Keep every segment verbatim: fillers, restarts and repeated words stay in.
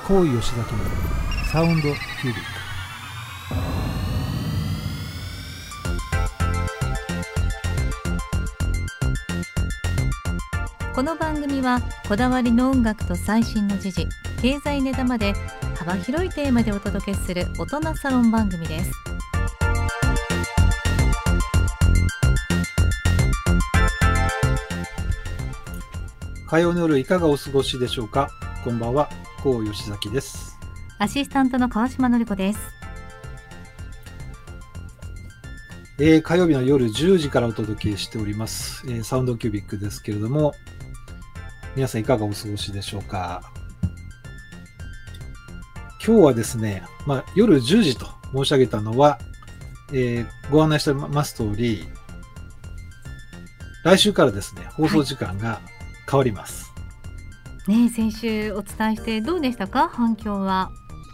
高井吉崎のサウンドキュービック。 この番組はこだわりの音楽と最新の時事、経済ネタまで幅広いテーマでお届けする大人サロン番組です。 火曜の夜いかがお過ごしでしょうか。こんばんは、高井吉崎です。 アシスタントの川島のり子です。 えー、火曜日の夜じゅうじからお届けしております、えー、サウンドキュービックですけれども、皆さんいかがお過ごしでしょうか。今日はですね、まあ、夜じゅうじと申し上げたのは、えー、ご案内してます通り、来週からですね、放送時間が変わります。 はい、ねえ、先週お伝えしてどうでしたか、反響は。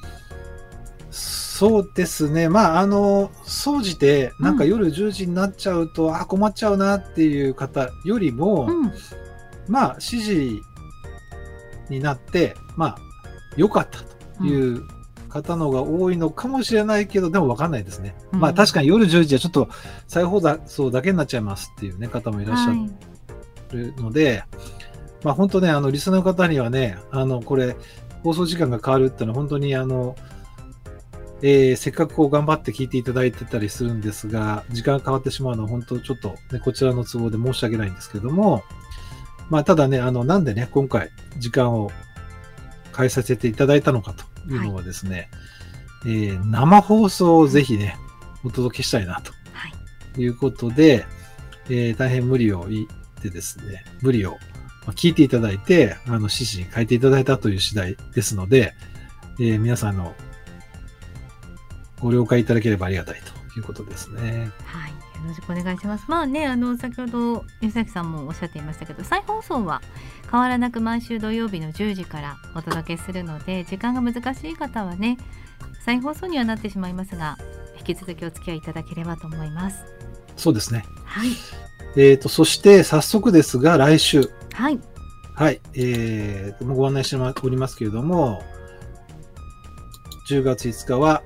そうですね、まあ、あの、総じて、なんか夜じゅうじになっちゃうと、うん、あ、困っちゃうなっていう方よりも、うん、まあ、しちじになって、まあ、良かったという方のが多いのかもしれないけど、うん、でも分かんないですね。うん、まあ、確かに夜じゅうじはちょっと再放送だけになっちゃいますっていう、ね、方もいらっしゃるので、はい、まあ、本当ね、あの、リスナーの方にはね、あの、これ、放送時間が変わるっていうのは、本当に、あの、えー、せっかくこう頑張って聞いていただいてたりするんですが、時間が変わってしまうのは本当ちょっと、ね、こちらの都合で申し訳ないんですけども、まあ、ただね、あの、なんでね、今回時間を変えさせていただいたのかというのはですね、はい、えー、生放送をぜひね、お届けしたいなということで、はい、えー、大変無理を言ってですね、無理を聞いていただいて、あの、指示に変えていただいたという次第ですので、えー、皆さんのご了解いただければありがたいということですね。 はい、よろしくお願いします。まあね、あの先ほど吉崎さんもおっしゃっていましたけど、再放送は変わらなく毎週土曜日のじゅうじからお届けするので、時間が難しい方はね、再放送にはなってしまいますが、引き続きお付き合いいただければと思います。 そうですね。 はい。 えーと、そして早速ですが、来週。 はい。 はい。えー、ご案内しておりますけれども、じゅうがついつかは、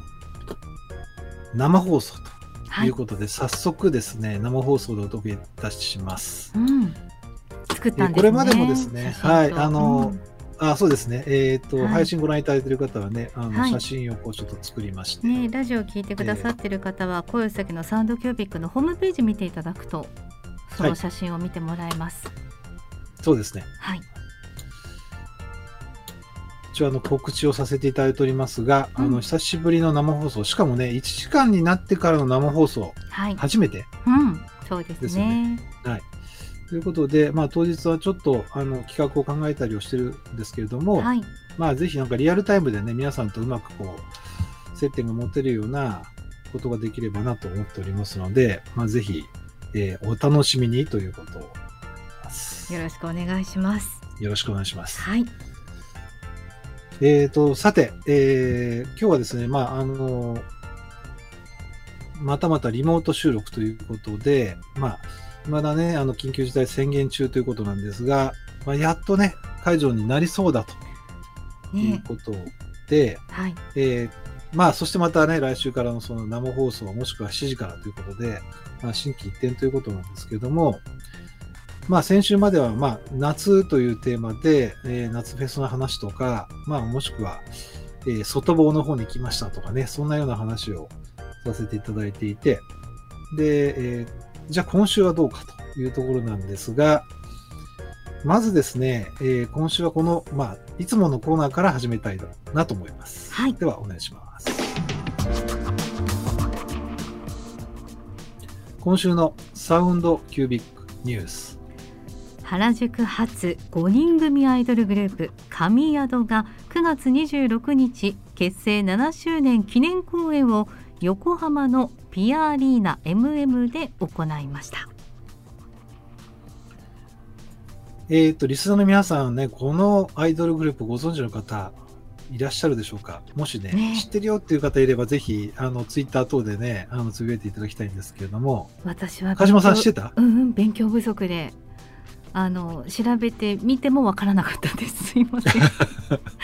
生放送ということで、はい、早速ですね、生放送でお届けいたします。 うん、作ったんですね。 これまでもですね、はい、あの、うん、あ、そうですね、えっ、ー、と、はい、配信ご覧いただいている方はね、あの、はい、写真をこうちょっと作りまして、 ね、ラジオを聞いてくださっている方は、高吉崎のサウンドキュービックのホームページ見ていただくと、その写真を見てもらえます。はい、 そうですね。 はい。 一応あの告知をさせていただいておりますが、うん、あの久しぶりの生放送、しかもねいちじかんになってからの生放送、はい、初めてですよね。 うん、そうですね。 はい。ということで、まあ、当日はちょっとあの企画を考えたりをしてるんですけれども、はい、まあ、ぜひなんかリアルタイムでね皆さんとうまくこう接点が持てるようなことができればなと思っておりますので、まあ、ぜひ、えー、お楽しみにということを思います。 よろしくお願いします。 よろしくお願いします。 はい。 えーと、さて、えー、今日はですね、まあ、あの、またまたリモート収録ということで、まあ、まだね、あの、緊急事態宣言中ということなんですが、まあ、やっとね、解除になりそうだということで、ね、はい。えー、まあ、そしてまたね、来週からのその生放送、もしくはしちじからということで、まあ、心機一転ということなんですけれども、まあ先週まではまあ夏というテーマで、えー、夏フェスの話とか、まあもしくは、えー、外房の方に来ましたとかね、そんなような話をさせていただいていて、で、えー、じゃあ今週はどうかというところなんですが、まずですね、えー、今週はこの、まあ、いつものコーナーから始めたいなと思います。 はい。 ではお願いします。今週のサウンドキュービックニュース。 原宿発ごにん組アイドルグループ神宿がくがつにじゅうろくにち結成ななしゅうねん記念公演を横浜のピアアリーナ エムエム で行いました。 えっとリスナーの皆さんね、このアイドルグループご存知の方いらっしゃるでしょうか。もし ね, ね知ってるよっていう方いればぜひあのツイッター等でねあのつぶやいていただきたいんですけれども。 私は鹿島さん知ってた？ うん、うん、勉強不足であの調べてみてもわからなかったです。すいません。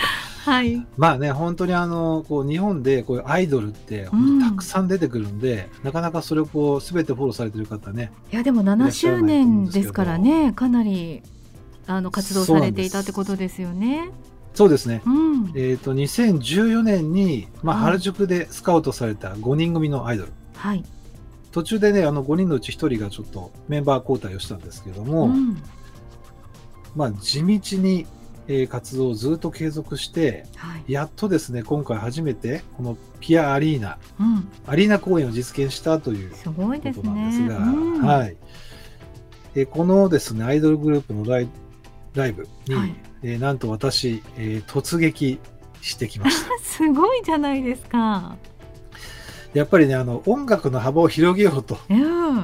はい。 まあね、本当にあの、こう日本でこういうアイドルって本当たくさん出てくるんで、なかなかそれをこう全てフォローされてる方ね、 いやでもいら 7 っしゃら周ないと思うん年ですですけど。 からね、かなりあの活動されていそうなんです。 たってことですよね。 そうですね。 うん。 えっと、にせんじゅうよねんに、まあ、 はい。 原宿でスカウトされたごにん組のアイドル。 はい。 途中でね、あのごにんのうちひとりがちょっとメンバー交代をしたんですけども、 うん。 まあ、地道に、えー活動をずっと継続して、 はい。 やっとですね、今回初めてこのピアアリーナ、 うん。 アリーナ公演を実現したというすごいですことなんですね。 が、 うん。 はい。で、このですね、アイドルグループのライライブに、 はい。 えーなんと私、えー突撃してきました。 すごいじゃないですか。 やっぱりね、あの、音楽の幅を広げようとうん。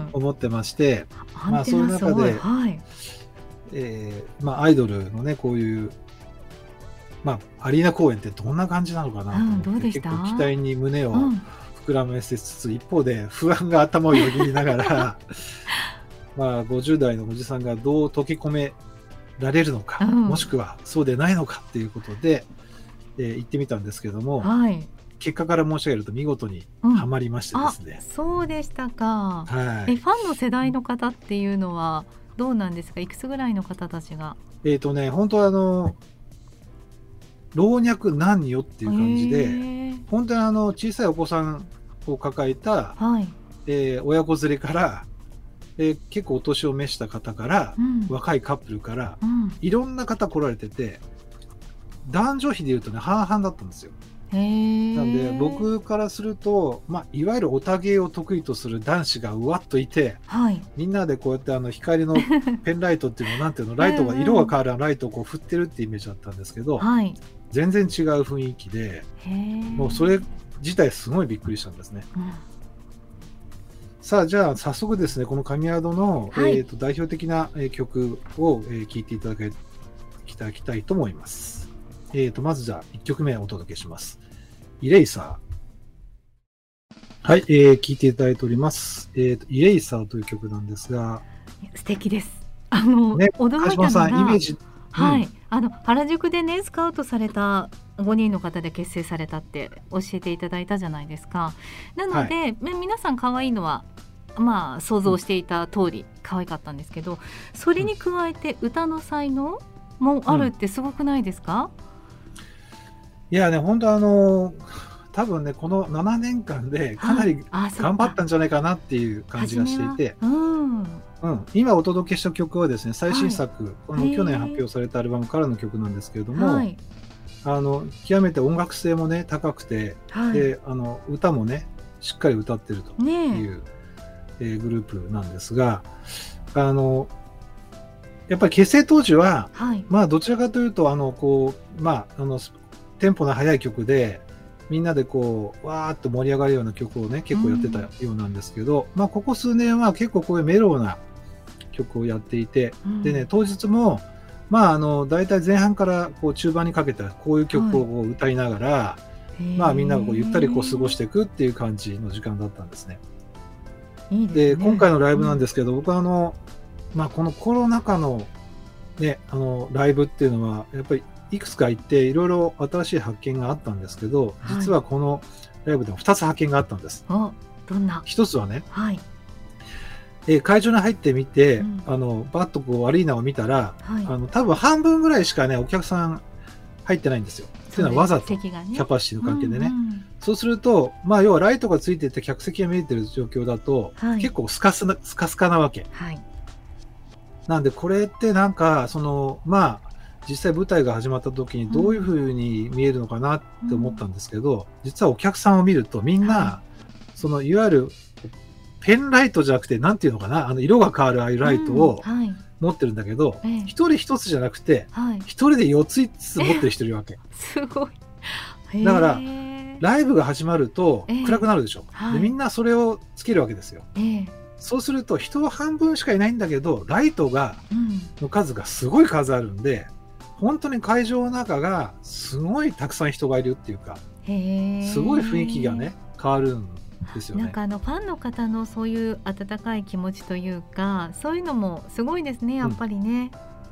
思ってまして、 アンテまあそういうナすごい。 中で、 はい。 えーまあアイドルのね、こういう、まあアリーナ公演ってどんな感じなのかなとうん、 思って、 どうでした？ 結構期待に胸をうん。 膨らませつつ、一方で不安が頭をよぎりながら、まあごじゅう代のおじさんがどう溶け込められるのか、 うん。 もしくはそうでないのかっていうことで、えー行ってみたんですけども、 はい。 結果から申し上げると見事にうん。 はまりましてであ、 すね。 そうでしたか。え、 はい。 ファンの世代の方っていうのはどうなんですか？いくつぐらいの方たちが。 えっとね、本当はあの、老若男女っていう感じで、 へえ。 本当にあの、小さいお子さんを抱えた、 はい。 えー親子連れから、えー結構お年を召した方から、 うん。 若いカップルから、 うん。 いろんな方来られてて、男女比で言うとね、半々だったんですよ。 へなんで、 え。 僕からすると、まあ、いわゆるオタ芸を得意とする男子がうわっといて、 はい。 みんなでこうやってあの光のペンライトっていうの、なんていうの、ライトが、 うんうん。 色が変わるライトをこう振ってるってイメージだったんですけど、 はい。 全然違う雰囲気で、 へえ。 もうそれ自体すごいびっくりしたんですね。 うん。 さあ、じゃあ早速ですね、この神宿の、 はい。 えーと代表的なえー曲を、えー聴いていただけいただきたいと思います。えーと、まずじゃあいっきょくめお届けします。イレイサー。はい、えー、聴いていただいております。えーと、イレイサーという曲なんですが、 いや、素敵です。あの、 ね、 驚いた川島さん、イメーのが、 ジ、うん、 はい、あの原宿でね、スカウトされたごにんの方で結成されたって教えていただいたじゃないですか。なのはい、 で、み皆さん可愛いのは、まあ、想うん、 像していた通り可愛かったんですけど、それうん、 に加えて歌の才能もあるっうん。 てすごくないですか？ いやね、本当あの、多分ね、このななねんかんでかなはい。 りあ、そっ頑張っか。 たんじゃないかなっていう感じがし初めはていて、 うん。 うん、今お届けした曲はですね、最はい。 新作、この去年発へえ。 表されたアルバムからの曲なんですけれども、 はい。 あの、極めて音楽性もね、高くて、 はい。 で、あの、歌もね、しっかり歌ってるとねえ。 いう、えーグループなんですが、あの、やっぱり結成当時は、 はい。 まあ、どちらかというと、あの、こう、まあ、あの、ステンポの速い曲で、みんなでこう、わーっと盛り上がるような曲をね、 う結構やってたん。 ようなんですけど、まあ、ここ数年は結構こういうメローな曲をやっていて、でね、 うん。 当日も、まあ、あの、大体前半からこう中盤にかけてはこういう曲はい。 をこう歌いながら、 へまあ、みんながこうゆったりこう過ごしえ。 ていくっていう感じの時間だったんですね。 いいですで、今ね。 回のライブなんうん。 ですけど、僕はあの、まあ、このコロナ禍のね、あの、ライブっていうのは、やっぱりいくつか行って、いろいろ新しい発見があったんですけど、実はい。 はこのライブでもふたつ発見があったんです。 お、どんな？ ひとつはね、 はい。 えー会場に入ってみて、 うん。 あの、バッとこうアリーナを見たら、 はい。 あの、多分半分ぐらいしかね、お客さん入ってないんですよ。っていうそうです。 のはわざと、 席がね。 キャパシティのうんう関係でね。 ん。 そうすると、まあ、要はライトがついてて客席が見えてる状況だと、 はい。 結構スカスなスカスカなわけ。 はい。 なんでこれってなんか、その、まあ、実際舞台が始まった時にうん。 どういう風に見えるのかなっうん。 て思ったんですけど、実はお客さんを見るとみんはい。 な、そのいわゆるペンライトじゃなくて、なんていうのかな、あの色が変わるああいうライトうん。 をはい。 持ってるんだけど、 ええ。 一人一つじゃなくて、 はい。 一人でよっついつつ持ってる人いるわけ。 すごい。 だから、 へえ。 ライブが始まるとええ。 暗くなるでしょ。で、 はい。 みんなそれをつけるわけですよ。 ええ。 そうすると人は半分しかいないんだけど、ライトがうん。 の数がすごい数あるんで、本当に会場の中がすごいたくさん人がいるっていうか、 へすごい雰囲気がえ。 ね、変わるんですよね。 なんかあのファンの方のそういう温かい気持ちというか、そういうのもすごいですね、やっうん。 ぱりね。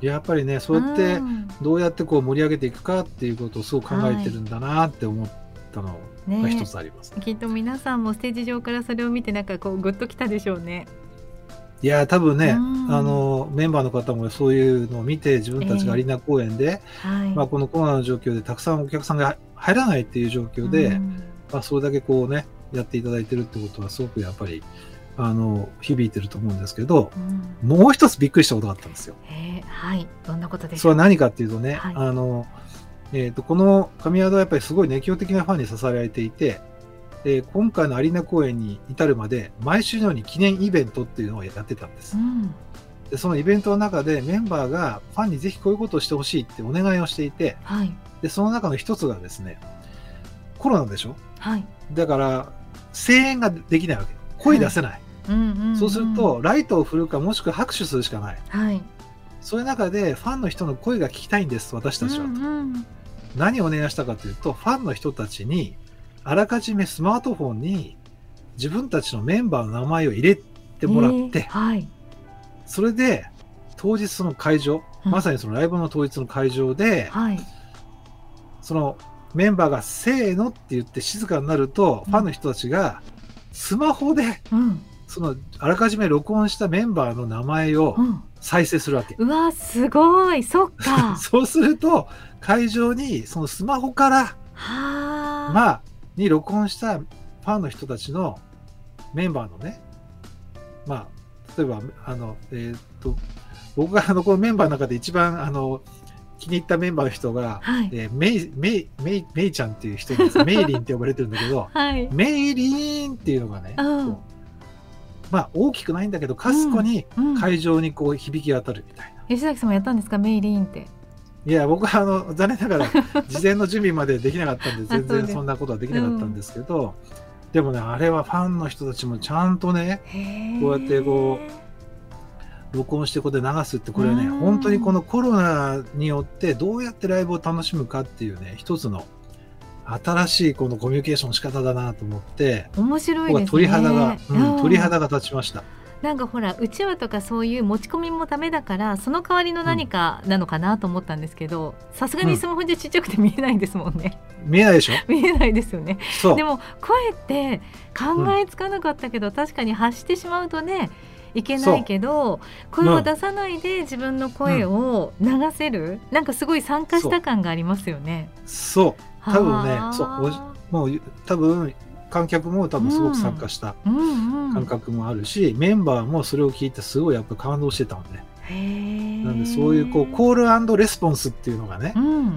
やっぱりね、そうやってどうやってこう盛り上げていくかっていうことをすごく考えてるんだなって思ったのが一つあります、 ね、きっと皆さんもステージ上からそれを見てなんかこうグッときたでしょうね。 いや多分ね、あのメンバーの方もそういうのを見て自分たちがアリーナ公演で、えーはいまあ、このコロナの状況でたくさんお客さんが入らないっていう状況で、まあ、それだけこうねやっていただいてるってことはすごくやっぱりあの響いてると思うんですけど、うん、もう一つびっくりしたことがあったんですよ。 えー、はい、どんなことでしょう。 それは何かっていうとね、はい、あのえー、とこの神宿はやっぱりすごい熱狂的なファンに支えられていて、えー、今回のアリーナ公演に至るまで毎週のように記念イベントっていうのをやってたんです、うん、でそのイベントの中でメンバーがファンにぜひこういうことをしてほしいってお願いをしていて、はい、でその中の一つがですねコロナでしょ、はい、だから声援ができないわけ、声出せない、はいうんうんうん、そうするとライトを振るかもしくは拍手するしかない、はい、そういう中でファンの人の声が聞きたいんです私たちはと、うんうん何をお願いしたかというとファンの人たちにあらかじめスマートフォンに自分たちのメンバーの名前を入れてもらって、えーはい、それで当日その会場、うん、まさにそのライブの当日の会場で、はい、そのメンバーがせーのって言って静かになると、うん、ファンの人たちがスマホで、うん、そのあらかじめ録音したメンバーの名前を再生するわけ、 うん、うわすごいそっかそうすると会場にそのスマホからまあに録音したファンの人たちのメンバーのねまあ例えばあのえっと僕があのこのメンバーの中で一番あの気に入ったメンバーの人が、はいえー、メイメイメイメイちゃんっていう人です。メイリンって呼ばれてるんだけど、はい、メイリンっていうのがね、まあ大きくないんだけどかすかに会場にこう響き渡るみたいな、 うんうん、吉崎さんもやったんですかメイリンって。 いや僕はあの残念ながら事前の準備までできなかったんで全然そんなことはできなかったんですけど、うん、でもねあれはファンの人たちもちゃんとねこうやってこう録音してここで流すってこれはね本当にこのコロナによってどうやってライブを楽しむかっていうね一つの新しいこのコミュニケーションの仕方だなと思って面白いですね。 鳥肌が、うん、鳥肌が立ちました。 なんかほらうちわとかそういう持ち込みもダメだからその代わりの何かなのかなと思ったんですけどさすがにスマホでちっちゃくて見えないですもんね、 うん、見えないでしょ見えないですよね。でも声って考えつかなかったけど、うん、確かに発してしまうとねいけないけど声を出さないで自分の声を流せる、うん、なんかすごい参加した感がありますよね。 そう多分ねそうもう多分観客も多分すごく参加した感覚もあるし、うんうんうん、メンバーもそれを聞いてすごいやっぱ感動してたので、へなんでそういうこうコール&レスポンスっていうのがね、うん、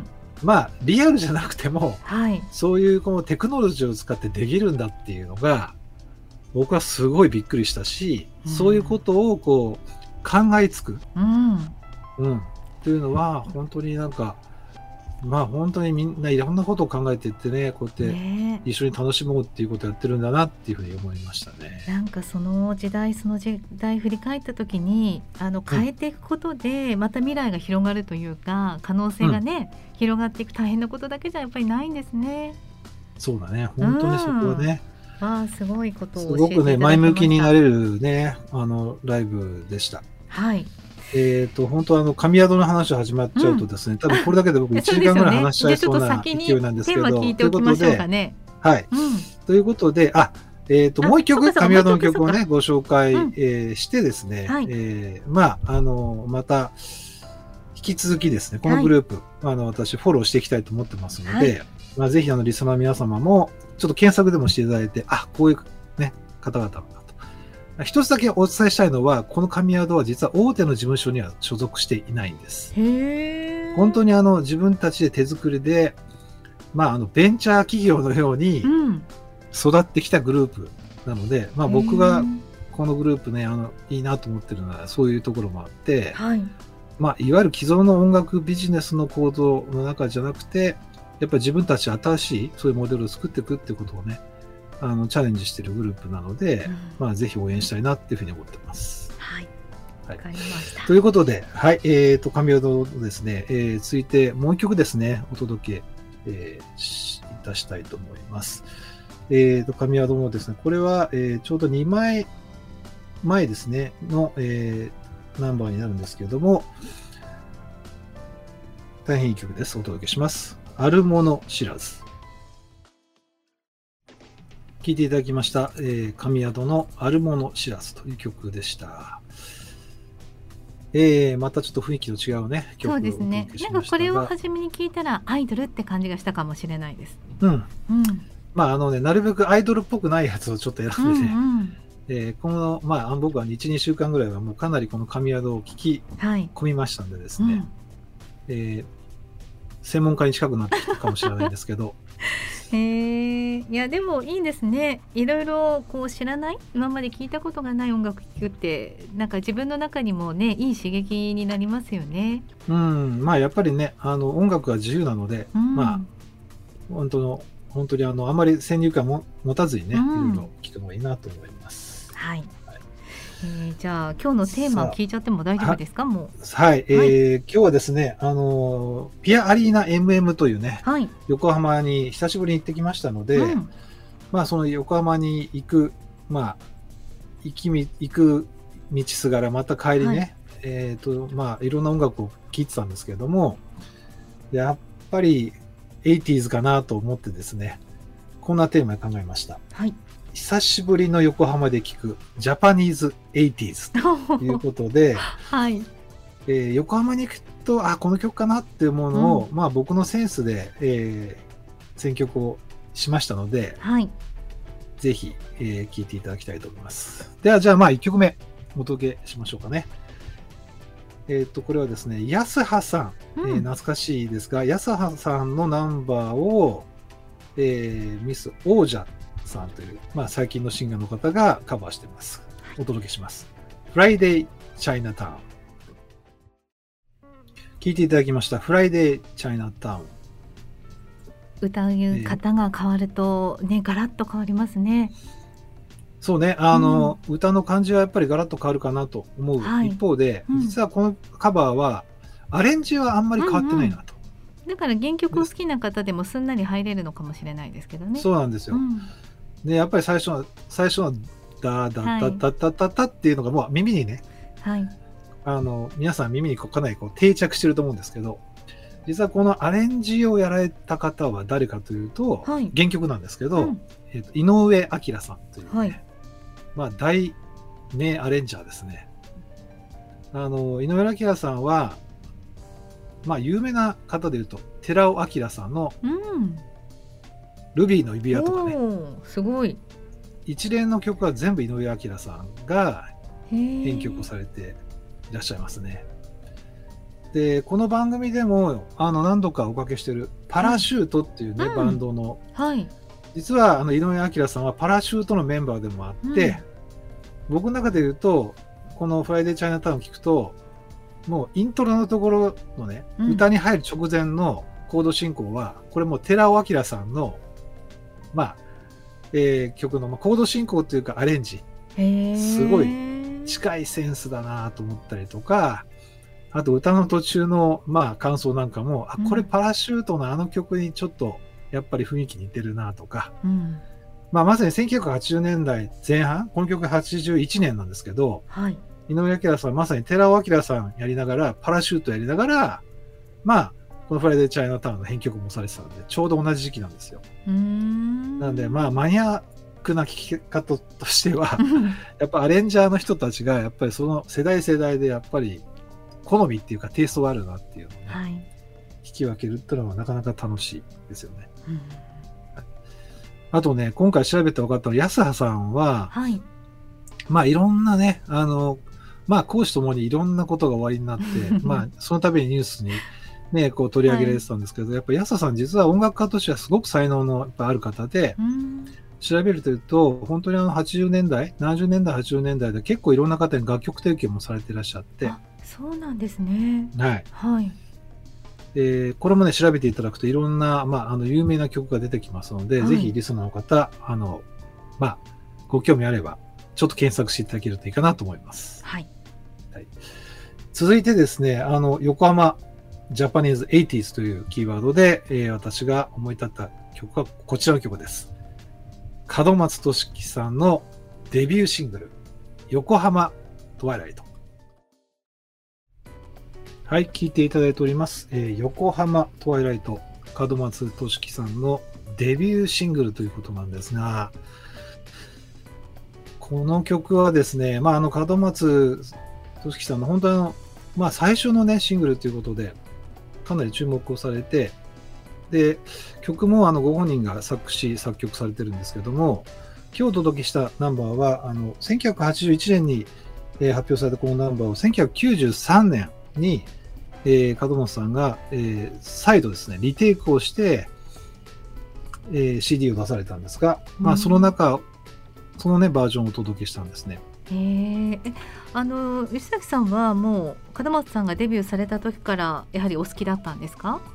まあリアルじゃなくても、はい、そういうこのテクノロジーを使ってできるんだっていうのが僕はすごいびっくりしたし、うん、そういうことをこう考えつく、うんうん、っていうのは本当になんかまあ本当にみんないろんなことを考えていってねこうやって一緒に楽しもうっていうことをやってるんだなっていうふうに思いましたね。 なんかその時代その時代振り返った時にあの変えていくことでまた未来が広がるというか可能性がね、うん、広がっていく大変なことだけじゃやっぱりないんですね。 そうだね本当にそこはね、 うん、あすごいことを教えていただきました。すごくね前向きになれるねあのライブでした。 はいえーと本当あの神宿の話が始まっちゃうとですね、うん、多分これだけで僕いちじかんぐらい話しちゃいそうな勢いなんですけど、ということで、はい、うん、ということで、あ、えーともう一曲神宿の曲をねご紹介、うんえー、してですね、はい、えー、まああのまた引き続きですねこのグループ、はい、あの私フォローしていきたいと思ってますので、はい、まあぜひあのリスナーの皆様もちょっと検索でもしていただいて、あこういうね方々一つだけお伝えしたいのはこの神宿は実は大手の事務所には所属していないんです。へー。本当にあの自分たちで手作りで、まあ、あのベンチャー企業のように育ってきたグループなので、うん、まあ、僕がこのグループねあのいいなと思ってるのはそういうところもあって、はいまあ、いわゆる既存の音楽ビジネスの構造の中じゃなくてやっぱり自分たち新しいそういうモデルを作っていくっていうことをねあのチャレンジしているグループなので、うんまあ、ぜひ応援したいなっていうふうに思ってます。 はい。わかりました。 ということで、はい、えっと、神宿ですね、えー、続いてもう一曲ですね、お届け、えー、いたしたいと思います。えっと、神宿もですね、これは、えー、ちょうどにまいまえですね、の、えー、ナンバーになるんですけれども、 大変いい曲です。お届けします。あるもの知らず。聴いていただきました、えー、神宿のあるもの知らずという曲でした。えー、またちょっと雰囲気の違うね曲をお届けしましたが。そうですね。 なんかこれを初めに聞いたらアイドルって感じがしたかもしれないです。 うん。うん。まああのね、なるべくアイドルっぽくないやつをちょっと選んでね、うんうん、えー、このまあ僕はいち、にしゅうかんぐらいはもうかなりこの神宿を聞き込みましたんでですね、はい、うん、えー、専門家に近くなってきたかもしれないんですけど。 へえ、いやでもいいですね。いろいろこう知らない、今まで聞いたことがない音楽聴くってなんか自分の中にもねいい刺激になりますよね。 うん、まあやっぱりね、あの音楽は自由なので、うん、まあ本当の本当にあのあまり先入観も持たずにね、うん、いろいろ聞くのがいいなと思います。 はい。えー、じゃあ今日のテーマを聞いちゃっても大丈夫ですか？もうはい、えーはい、今日はですね、あのピアアリーナ エムエム というね、はい、横浜に久しぶりに行ってきましたので、うん、まあその横浜に行くまあ行きみ行く道すがらまた帰りね、はい、えっとまあいろんな音楽を聴いてたんですけれども、やっぱりエイティーズかなと思ってですね、こんなテーマで考えました。はい。久しぶりの横浜で聴くジャパニーズエイティーズということで、はい、えー、横浜に行くとあこの曲かなっていうものを、うん、まあ僕のセンスで、えー、選曲をしましたので、はい、ぜひ聴、えー、いていただきたいと思います。ではじゃあまあいっきょくめお届けしましょうかね。えっとこれはですね、安葉さん、うん、えー、懐かしいですが安葉さんのナンバーを、えー、ミス王者さんという、まあ、最近のシンガーの方がカバーしています。お届けします。Friday Chinatown。聞いていただきました。Friday Chinatown。 歌う方が変わるとね、えー、ガラッと変わりますね。 そうね、あの、うん、歌の感じはやっぱりガラッと変わるかなと思う、はい、一方で、うん、実はこのカバーはアレンジはあんまり変わってないなと。 うんうん、だから原曲を好きな方でもすんなり入れるのかもしれないですけどね。 そうなんですよ。うんでやっぱり最初の最初のダダダダダダダっていうのがもう耳にね、はい、あの皆さん耳にこうかなりこう定着してると思うんですけど、実はこのアレンジをやられた方は誰かというと、はい、原曲なんですけど、うん、えーと、井上彰さんというね、はい、まあ大名アレンジャーですね。あの井上彰さんはまあ有名な方でいうと寺尾明さんの、うんルビーの指輪とかね、 すごい一連の曲は全部井上彰さんが編曲をされていらっしゃいますね。でこの番組でもあの何度かおかけしてるパラシュートっていうね、うん、バンドの、はい、実はあの井上彰さんはパラシュートのメンバーでもあって、うん、僕の中で言うとこの「フライデーチャイナタウン」を聞くともうイントロのところのね、うん、歌に入る直前のコード進行はこれも寺尾彰さんのまあ、えー、曲の、まあ、コード進行というかアレンジ、すごい近いセンスだなと思ったりとか、あと歌の途中の、まあ、感想なんかも、あ、これパラシュートのあの曲にちょっとやっぱり雰囲気似てるなとか、うん、まあ、まさにせんきゅうひゃくはちじゅうねんだいぜん半、この曲はちじゅういちねんなんですけど、はい、井上彰さんはまさに寺尾彰さんやりながら、パラシュートやりながら、まあ、このフライデーチャイナタウンの編曲もされてたので、ちょうど同じ時期なんですよ。うーんなので、まあ、マニアックな聴き方としては、やっぱアレンジャーの人たちが、やっぱりその世代世代で、やっぱり好みっていうかテイストがあるなっていうのをね、はい、聞き分けるっていうのはなかなか楽しいですよね。うん、あとね、今回調べて分かったのは、安葉さんは、はい、まあ、いろんなね、あの、まあ、講師ともにいろんなことが終わりになって、まあ、その度にニュースに、ね、こう取り上げられてたんですけど、はい、やっぱり安田さん実は音楽家としてはすごく才能のやっぱある方で、調べるというと本当にあのはちじゅうねんだいななじゅうねんだいはちじゅうねんだいで結構いろんな方に楽曲提供もされていらっしゃって、あ、 そうなんですね。 はい、はい、えー、これもね調べていただくといろんな、まあ、あの有名な曲が出てきますので、はい、ぜひリスナーの方あの、まあ、ご興味あればちょっと検索していただけるといいかなと思います。はいはい、続いてですね、あの横浜ジャパニーズエイティーズというキーワードで、えー、私が思い立った曲はこちらの曲です。門松俊樹さんのデビューシングル、横浜トワイライト。 はい、聞いていただいております。えー、横浜トワイライト、門松俊樹さんのデビューシングルということなんですが、この曲はですね、まあ、あの門松俊樹さんの本当にあの、まあ、最初のね、シングルということで、かなり注目をされて、で、曲もあのご本人が作詞、作曲されてるんですけども、今日お届けしたナンバーは、あのせんきゅうひゃくはちじゅういちねんに、えー発表されたこのナンバーをせんきゅうひゃくきゅうじゅうさんねんに、えー門松さんが、えー再度ですね、リテイクをして、えー シーディー を出されたんですが、まあ、その中、そのね、バージョンをお届けしたんですね。 へーえあの吉崎さんはもう門松さんがデビューされた時からやはりお好きだったんですか？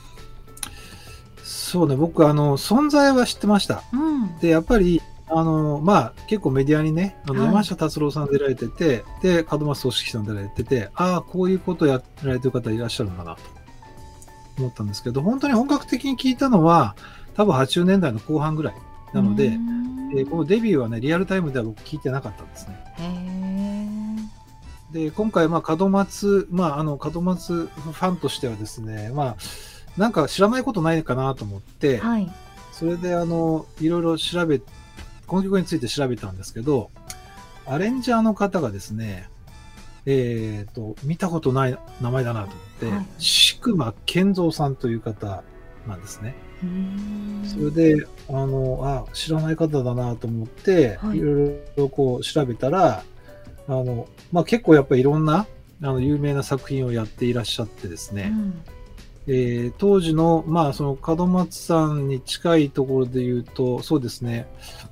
そうね、僕、あの、存在は知ってました。 うんで、やっぱり、あの、まあ、結構メディアにね、あのはい山下達郎さん出られてて、で、門松俊樹さん出られてて、ああ、こういうことやられてる方いらっしゃるんだなと思ったんですけど、本当に本格的に聞いたのは、多分はちじゅうねんだいの後半ぐらいなので、 うーんえーこのデビューはね、リアルタイムでは僕聞いてなかったんですね。 へーで、今回、まあ、門松、まあ、あの、門松ファンとしてはですね、まあ、なんか知らないことないかなと思って、 はいそれで、あの、いろいろ調べ、この曲について調べたんですけど、アレンジャーの方がですね、えっと、見たことない名前だなと思って、 はい宿間健三さんという方なんですね。 うーんそれで、あの、あ、知らない方だなと思って、 はいいろいろこう調べたら、あの、まあ、結構やっぱりいろんな、あの、有名な作品をやっていらっしゃってですね、 うんえー当時の、まあ、その門松さんに近いところで言うと、そうですね、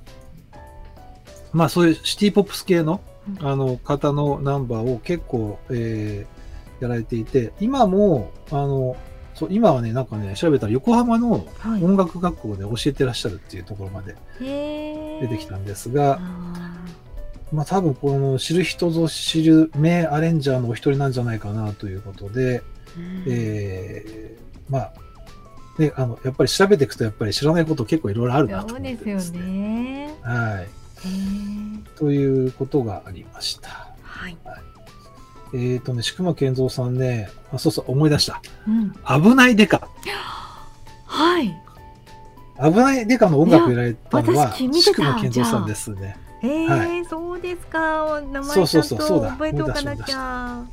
まあ、そういうシティポップス系の、 うんあの、方のナンバーを結構、えーやられていて、今も、あの、そう、今はね、なんかね、調べたら横浜のはい音楽学校で教えてらっしゃるっていうところまでへー出てきたんですが、 あまあ、多分この知る人ぞ知る名アレンジャーのお一人なんじゃないかなということで、 ーうんえーまあ、ね、あの、やっぱり調べていくと、やっぱり知らないこと結構いろいろあるなとそう思ってですよね。 ね。 はい。 へーということがありました。 はい。 えっ、とね、宿間健三さんね、あ、そうそう、思い出した。 うん。 危ないデカ。 はい。 危ないデカの音楽をやられたのは、 いや私聞いてた宿間健三さんですね。 えーはそうですか。名前そうちゃんとそうそうそうだ覚えておかなきゃ。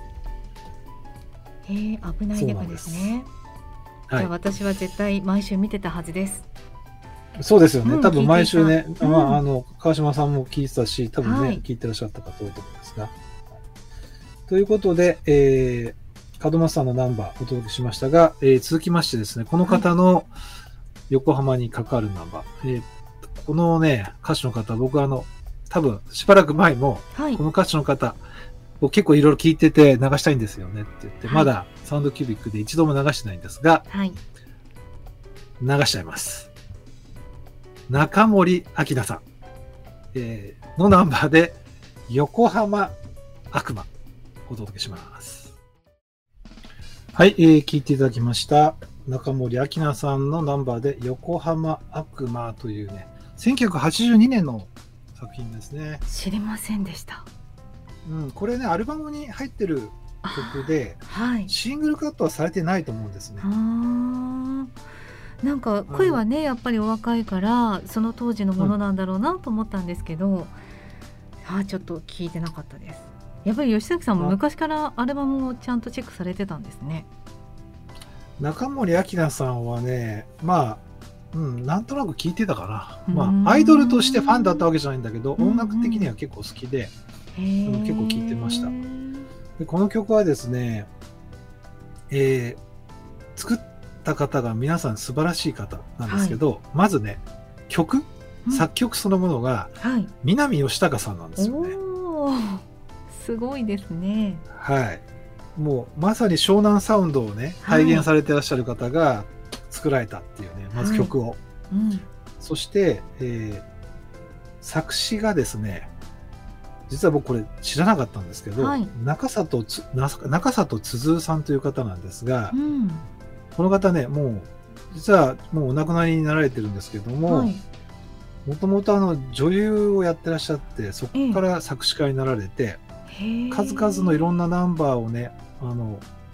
えー、危ないデカですね。じゃあはい。 私は絶対毎週見てたはずです。 そうですよね。 うん多分毎週ね聞いてい、たまうんあ、あの、川島さんも聞いてたし、多分ね、 はい聞いてらっしゃった方多いと思うんですが。ということで、えー、門松さんのナンバーお届けしましたが、えー続きましてですね、この方の横浜に関わるナンバー。えーこのね、歌手の方、僕はあの、多分しばらく前も、 はいこ。の歌手の方、僕結構いろいろ聞いてて流したいんですよねって言って、 はいまだサウンドキュービックで一度も流してないんですが、 はい。 流しちゃいます。中森明菜さん、えーのナンバーで横浜悪魔お届けします。はい、えー聞いていただきました中森明菜さんのナンバーで横浜悪魔というね、せんきゅうひゃくはちじゅうにねんの作品ですね。 知りませんでした。 うん、これね、アルバムに入ってる曲で、 はい。 シングルカットはされてないと思うんですねあ。ーなんか声はねやっぱりお若いからその当時のものなんだろうなと思ったんですけど、あーちょっと聞いてなかったです。やっぱり吉崎さんも昔からアルバムをちゃんとチェックされてたんですね。 中森明菜さんはね、まあ、うん、なんとなく聞いてたかな。 うーんまあ、アイドルとしてファンだったわけじゃないんだけど、 うんうん音楽的には結構好きで、 へー結構聞いてましたでこの曲はですね、えー作った方が皆さん素晴らしい方なんですけど、まずね、曲、 うん作曲そのものがはい。 南吉高さんなんですよね。 おーすごいですね。 はい。もうまさに湘南サウンドをね、体現されてらっしゃる方が作られたっていうね、まず曲を。 うん。 そして、えー作詞がですね、実は僕これ知らなかったんですけど、 はい中里つな中里つづさんという方なんですが、 うん。 この方ね、もう、実はもうお亡くなりになられてるんですけども、 はい。 もともとあの女優をやってらっしゃって、そこから作詞家になられて、 へー数々のいろんなナンバーをね、あの、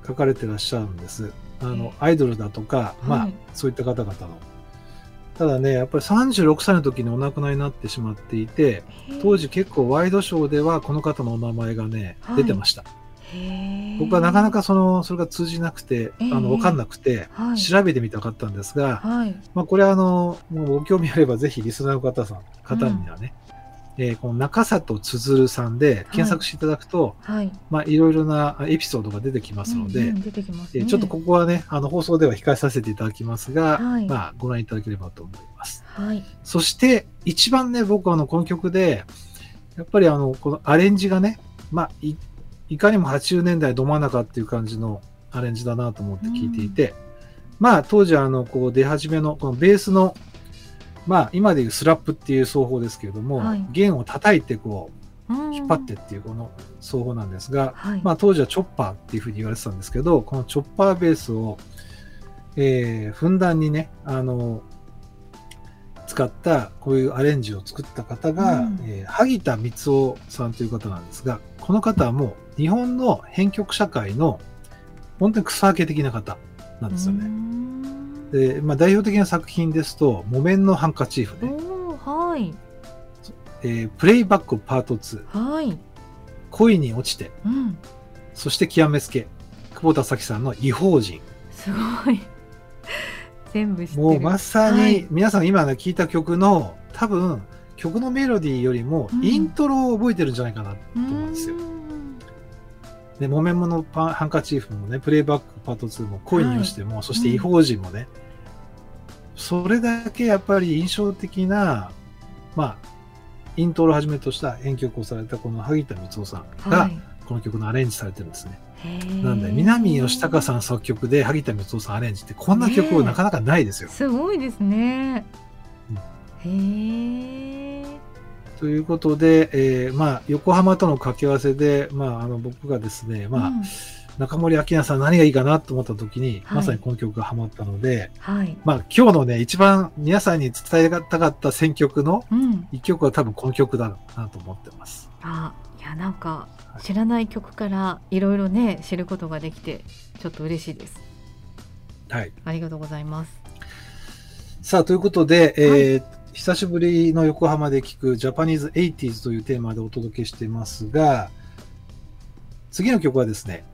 書かれてらっしゃるんです。あの、アイドルだとか、まあ、 はい、 そういった方々の。ただね、やっぱりさんじゅうろくさいの時にお亡くなりになってしまっていて、当時結構ワイドショーではこの方のお名前がね、 はい、 出てました。 へ僕はなかなかその、それが通じなくて、 えーあの、わかんなくて、 はい、 調べてみたかったんですが、 はい、 まあ、これはあの、もうご興味あればぜひリスナーの方さん、方にはね、えーこの中里つづるさんで検索していただくと、 はい、 まあ、いろいろなエピソードが出てきますので、 うんうん、出てきますね。 えーちょっとここはね、あの、放送では控えさせていただきますが、 はいまあ、ご覧いただければと思います。 はい、 そして、一番ね、僕はあの、この曲で、やっぱりあの、このアレンジがね、まあ、い、いかにもはちじゅうねんだいど真ん中っていう感じのアレンジだなと思って聞いていて、まあ、当時あの、こう出始めの、このベースの、まあ、今でいうスラップっていう奏法ですけれども、 はい弦を叩いてこう、 うん引っ張ってっていうこの奏法なんですが、 はい、 まあ当時はチョッパーっていうふうに言われてたんですけど、このチョッパーベースを、えーふんだんにね、あの、使ったこういうアレンジを作った方が、 うんえー萩田光夫さんという方なんですが、この方はもう日本の編曲社会の本当に草分け的な方なんですようね。 んで、まあ、代表的な作品ですと、木綿のハンカチーフね、 おーはい、 えープレイバックパートツー、 はい、 恋に落ちて、 うん、 そして極めつけ、久保田早紀さんの異邦人。 すごい。全部知ってる。 もうまさはいに皆さん今ね聞いた曲の多分曲のメロディーよりもうんイントロを覚えてるんじゃないかなと思うんですよ。で、木綿のパンハンカチーフもね、プレイバックパートツーも恋に落ちても、そして異邦人もね、それだけやっぱり印象的な、まあ、イントロをはじめとした編曲をされたこの萩田光夫さんが、 はいこの曲のアレンジされてるんですね。 へーなんで、南義孝さん作曲で萩田光夫さんアレンジってこんな曲なかなかないですよ。 すごいですね。 うんへえ。 ということで、えーまあ、横浜との掛け合わせで、まあ、あの僕がですね、まあうん中森明菜さん何がいいかなと思った時に、 はいまさにこの曲がハマったので、 はい。 まあ、今日のね、一番皆さんに伝えたかった選曲のうん。 一曲は多分この曲だなと思ってます。 あ、いやなんかはい知らない曲からいろいろね知ることができてちょっと嬉しいです。 はい。 ありがとうございます。 さあ、ということで、えー久しぶりの横浜で聴くジャパニーズエイティーズというテーマでお届けしていますが、次の曲はですね、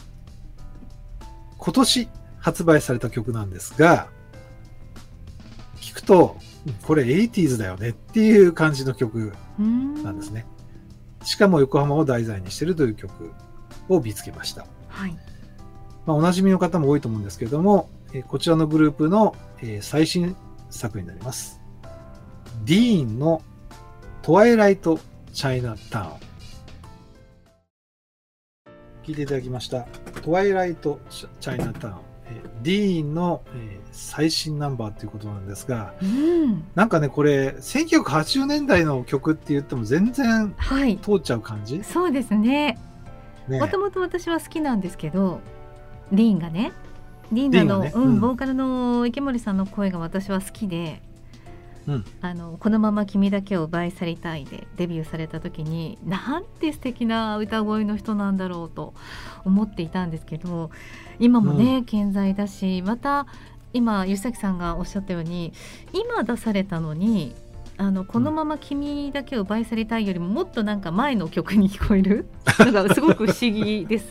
今年発売された曲なんですが、聴くと、これエイティーズだよねっていう感じの曲うーんなんですね。しかも横浜を題材にしているという曲を見つけました。 はい。 まあ、おなじみの方も多いと思うんですけれども、えーこちらのグループの、えー最新作になります。ディーンのトワイライト・チャイナタウン。聞いていただきました。トワイライト・チャイナタウン。えーディーンの、えー最新ナンバーということなんですが、 うん。 なんかね、これ、せんきゅうひゃくはちじゅうねんだいの曲って言っても全然はい。 通っちゃう感じそうですね。 ね。 もともと私は好きなんですけど、ディーンがね、ディーンの、うん、 ディーンがねうんボーカルの池森さんの声が私は好きで、 うんあのこのまま君だけを奪い去りたいでデビューされた時になんて素敵な歌声の人なんだろうと思っていたんですけど、今もね、健在だし、また今吉崎さんがおっしゃったように今出されたのにあのこのまま君だけを奪い去りたいよりももっとなんか前の曲に聞こえるのがすごく不思議です。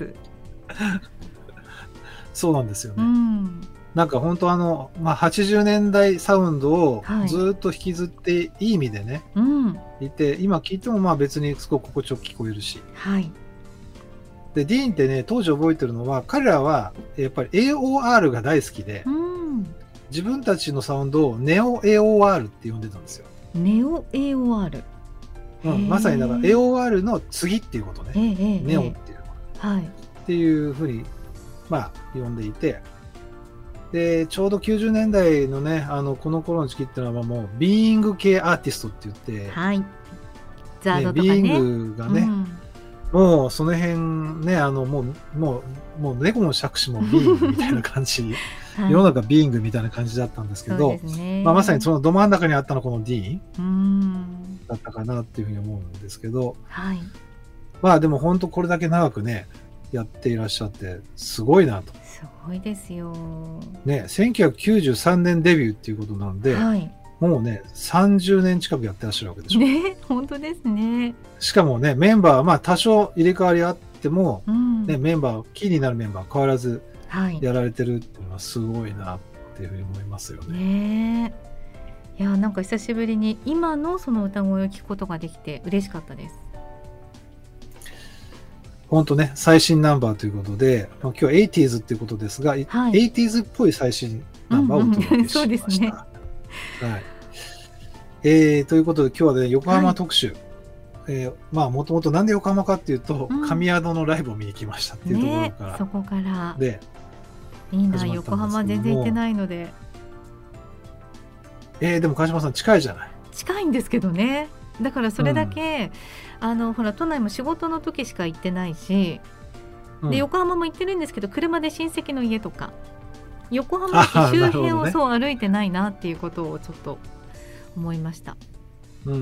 そうなんですよね。 うんなんか本当あの、まあ、はちじゅうねんだいサウンドをはいずっと引きずっていい意味でね、 うん、 いて、今聞いてもまあ別にすごく心地よく聞こえるし。 はい、 で、ディーンってね、当時覚えてるのは、彼らはやっぱり エーオーアール が大好きで、 うん、 自分たちのサウンドをネオ エーオーアール って呼んでたんですよ。 ネオ エーオーアール、 うん、 へーまさにだから エーオーアール の次っていうことね。 ええええネオっていうのは。 はい、 っていうふうに、まあ、呼んでいて、で、ちょうどきゅうじゅうねんだいのね、あの、この頃の時期っていうのはもう、ビーイング系アーティストって言って、 はい、ザードとね、 かね、 ビーイングがね、 うんもうその辺ね、あの、もう、もう、もう猫も杓子もビーイングみたいな感じ、 はい、 世の中ビーイングみたいな感じだったんですけそうど、 ですね、 まあ、まさにそのど真ん中にあったのはこのディーンうんだったかなっていうふうに思うんですけど、 はい、 まあでも本当これだけ長くね、 やっていらっしゃってすごいなと。 すごいですよ。 ね、せんきゅうひゃくきゅうじゅうさんねんデビューっていうことなんで、 はい、 もうねさんじゅうねん近くやってらっしゃるわけでしょ。 ね、本当ですね。 しかもねメンバーはまあ多少入れ替わりあっても、 うんね、メンバーキーになるメンバー変わらずはい、 やられてるっていうのはすごいなっていうふうに思いますよね。 ねえ、いやなんか久しぶりに今のその歌声を聞くことができて嬉しかったです。 本当ね最新ナンバーということで、まあ、今日はエイティーズっていうことですが、 はい、 エイティーズっぽい最新ナンバーをお届けしました。 そうですね。 はい。えー、ということで今日はね横浜特集、はい、えー、まあもともとなんで横浜かっていうと、うん、神宿のライブを見に来ましたっていうところから、 ね、そこからでいいな、横浜全然行ってないので。 えー、でも川島さん近いじゃない。 近いんですけどね。だからそれだけ、うん、あのほら都内も仕事の時しか行ってないし、うん、で横浜も行ってるんですけど車で親戚の家とか横浜駅周辺をそう歩いてないなっていうことをちょっと思いました。うん、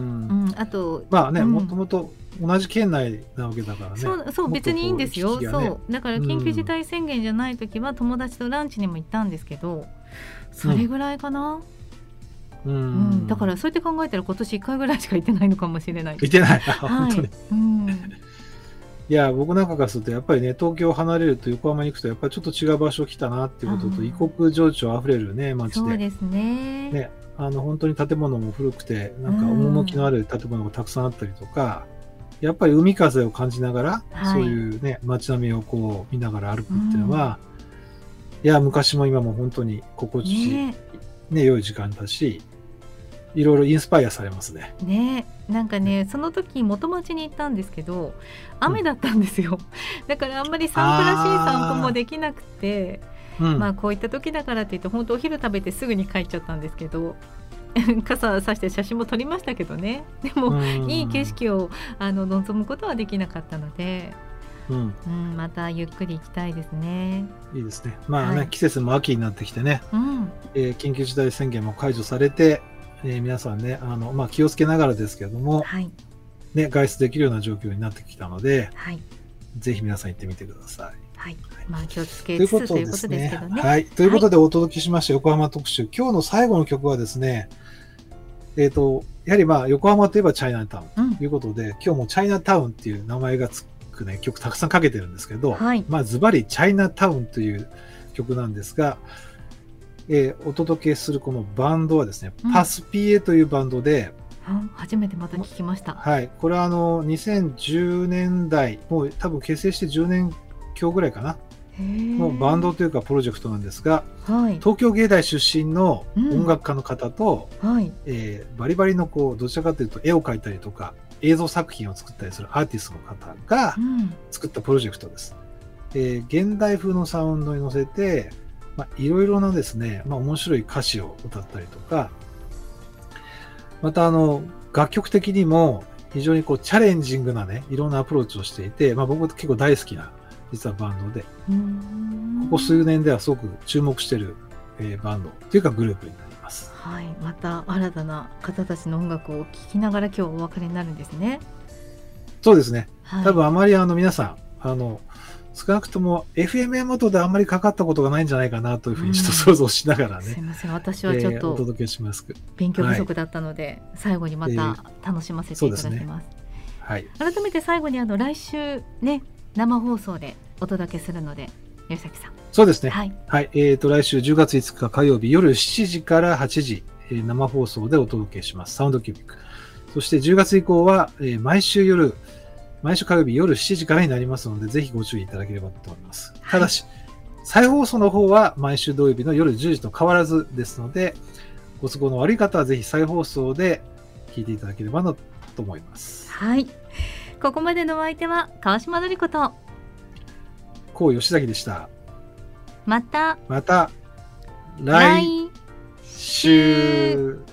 うん、あとまあね、もともと同じ県内なわけだからね。 そうそう別にいいんですよ、ね、そうだから緊急事態宣言じゃない時は友達とランチにも行ったんですけど、それぐらいかな。うんうん、だからそうやって考えたら今年いっかいぐらいしか行ってないのかもしれない。 行ってない、本当に、うん、いや僕なんかからするとやっぱりね東京を離れると横浜に行くとやっぱりちょっと違う場所来たなっていうことと、異国情緒あふれるね街で、 そうですね。 ね、あの本当に建物も古くてなんか趣のある建物がたくさんあったりとか、うん、やっぱり海風を感じながら、はい、そういうね街並みをこう見ながら歩くっていうのは、うん、いや昔も今も本当に心地いい、ねね、良い時間だし、いろいろインスパイアされますね。 ね、なんかね、その時元町に行ったんですけど雨だったんですよ、うん、だからあんまり散歩らしい散歩もできなくて、まあこういった時だからって言って本当お昼食べてすぐに帰っちゃったんですけど傘さして写真も撮りましたけどね。でもいい景色をあの望むことはできなかったので、うんうん、またゆっくり行きたいですね。 いいですね。まあね、はい、季節も秋になってきてね、うんえー、緊急事態宣言も解除されて、えー、皆さんねあの、まあ、気をつけながらですけれども、はいね、外出できるような状況になってきたので、はい、ぜひ皆さん行ってみてください。 はい、まあ、気をつけつつということですけどね。 はい、ということでお届けしました横浜特集、今日の最後の曲はですね、えーと、やはりまあ横浜といえばチャイナタウンということで、うん、今日もチャイナタウンっていう名前がつく、ね、曲たくさんかけてるんですけど、はい、まあズバリチャイナタウンという曲なんですが、えー、お届けするこのバンドはですね、うん、パスピエというバンドで、 初めてまた聞きました。 はい、これはあのにせんじゅうねんだい、もう多分結成してじゅうねん強ぐらいかなのバンドというかプロジェクトなんですが、はい、東京芸大出身の音楽家の方と、うんはいえー、バリバリのこうどちらかというと絵を描いたりとか映像作品を作ったりするアーティストの方が作ったプロジェクトです。うんえー、現代風のサウンドに乗せて、まあ、いろいろなですね、まあ、面白い歌詞を歌ったりとか、またあの楽曲的にも非常にこうチャレンジングなねいろんなアプローチをしていて、まあ、僕結構大好きな実はバンドで、ここ数年ではすごく注目している、えー、バンドというかグループになります。 はい、また新たな方たちの音楽を聴きながら今日お別れになるんですね。 そうですね。はい、多分あまりあの皆さんあの少なくとも エフエム 元であんまりかかったことがないんじゃないかなというふうにちょっと想像しながらね。 すいません、私はちょっと、えー、お届けします。 勉強不足だったので、はい、最後にまた楽しませていただきます。えー、はい。改めて最後にあの来週ね。生放送でお届けするので吉崎さん。 そうですね。はい。はい、えーと来週じゅうがついつか火曜日夜しちじからはちじ、えー、生放送でお届けします。サウンドキュービック。そしてじゅうがつ以降は、えー、毎週夜毎週火曜日夜しちじからになりますのでぜひご注意いただければと思います。はい、ただし再放送の方は毎週土曜日の夜じゅうじと変わらずですので、ご都合の悪い方はぜひ再放送で聞いていただければなと思います。 はい。ここまでのお相手は川島典子と高吉崎でした。 またまた来週。